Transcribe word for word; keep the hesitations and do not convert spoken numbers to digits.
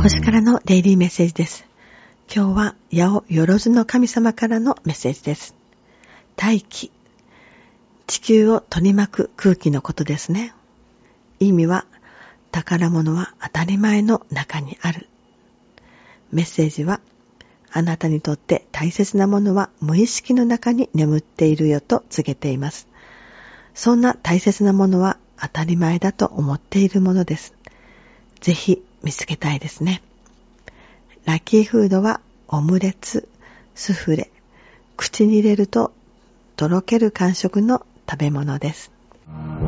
星からのデイリーメッセージです。今日は八百万の神様からのメッセージです。大気、地球を取り巻く空気のことですね。意味は、宝物は当たり前の中にある。メッセージは、あなたにとって大切なものは無意識の中に眠っているよと告げています。そんな大切なものは当たり前だと思っているものです。ぜひ見つけたいですね。ラッキーフードはオムレツ、スフレ、口に入れるととろける感触の食べ物です。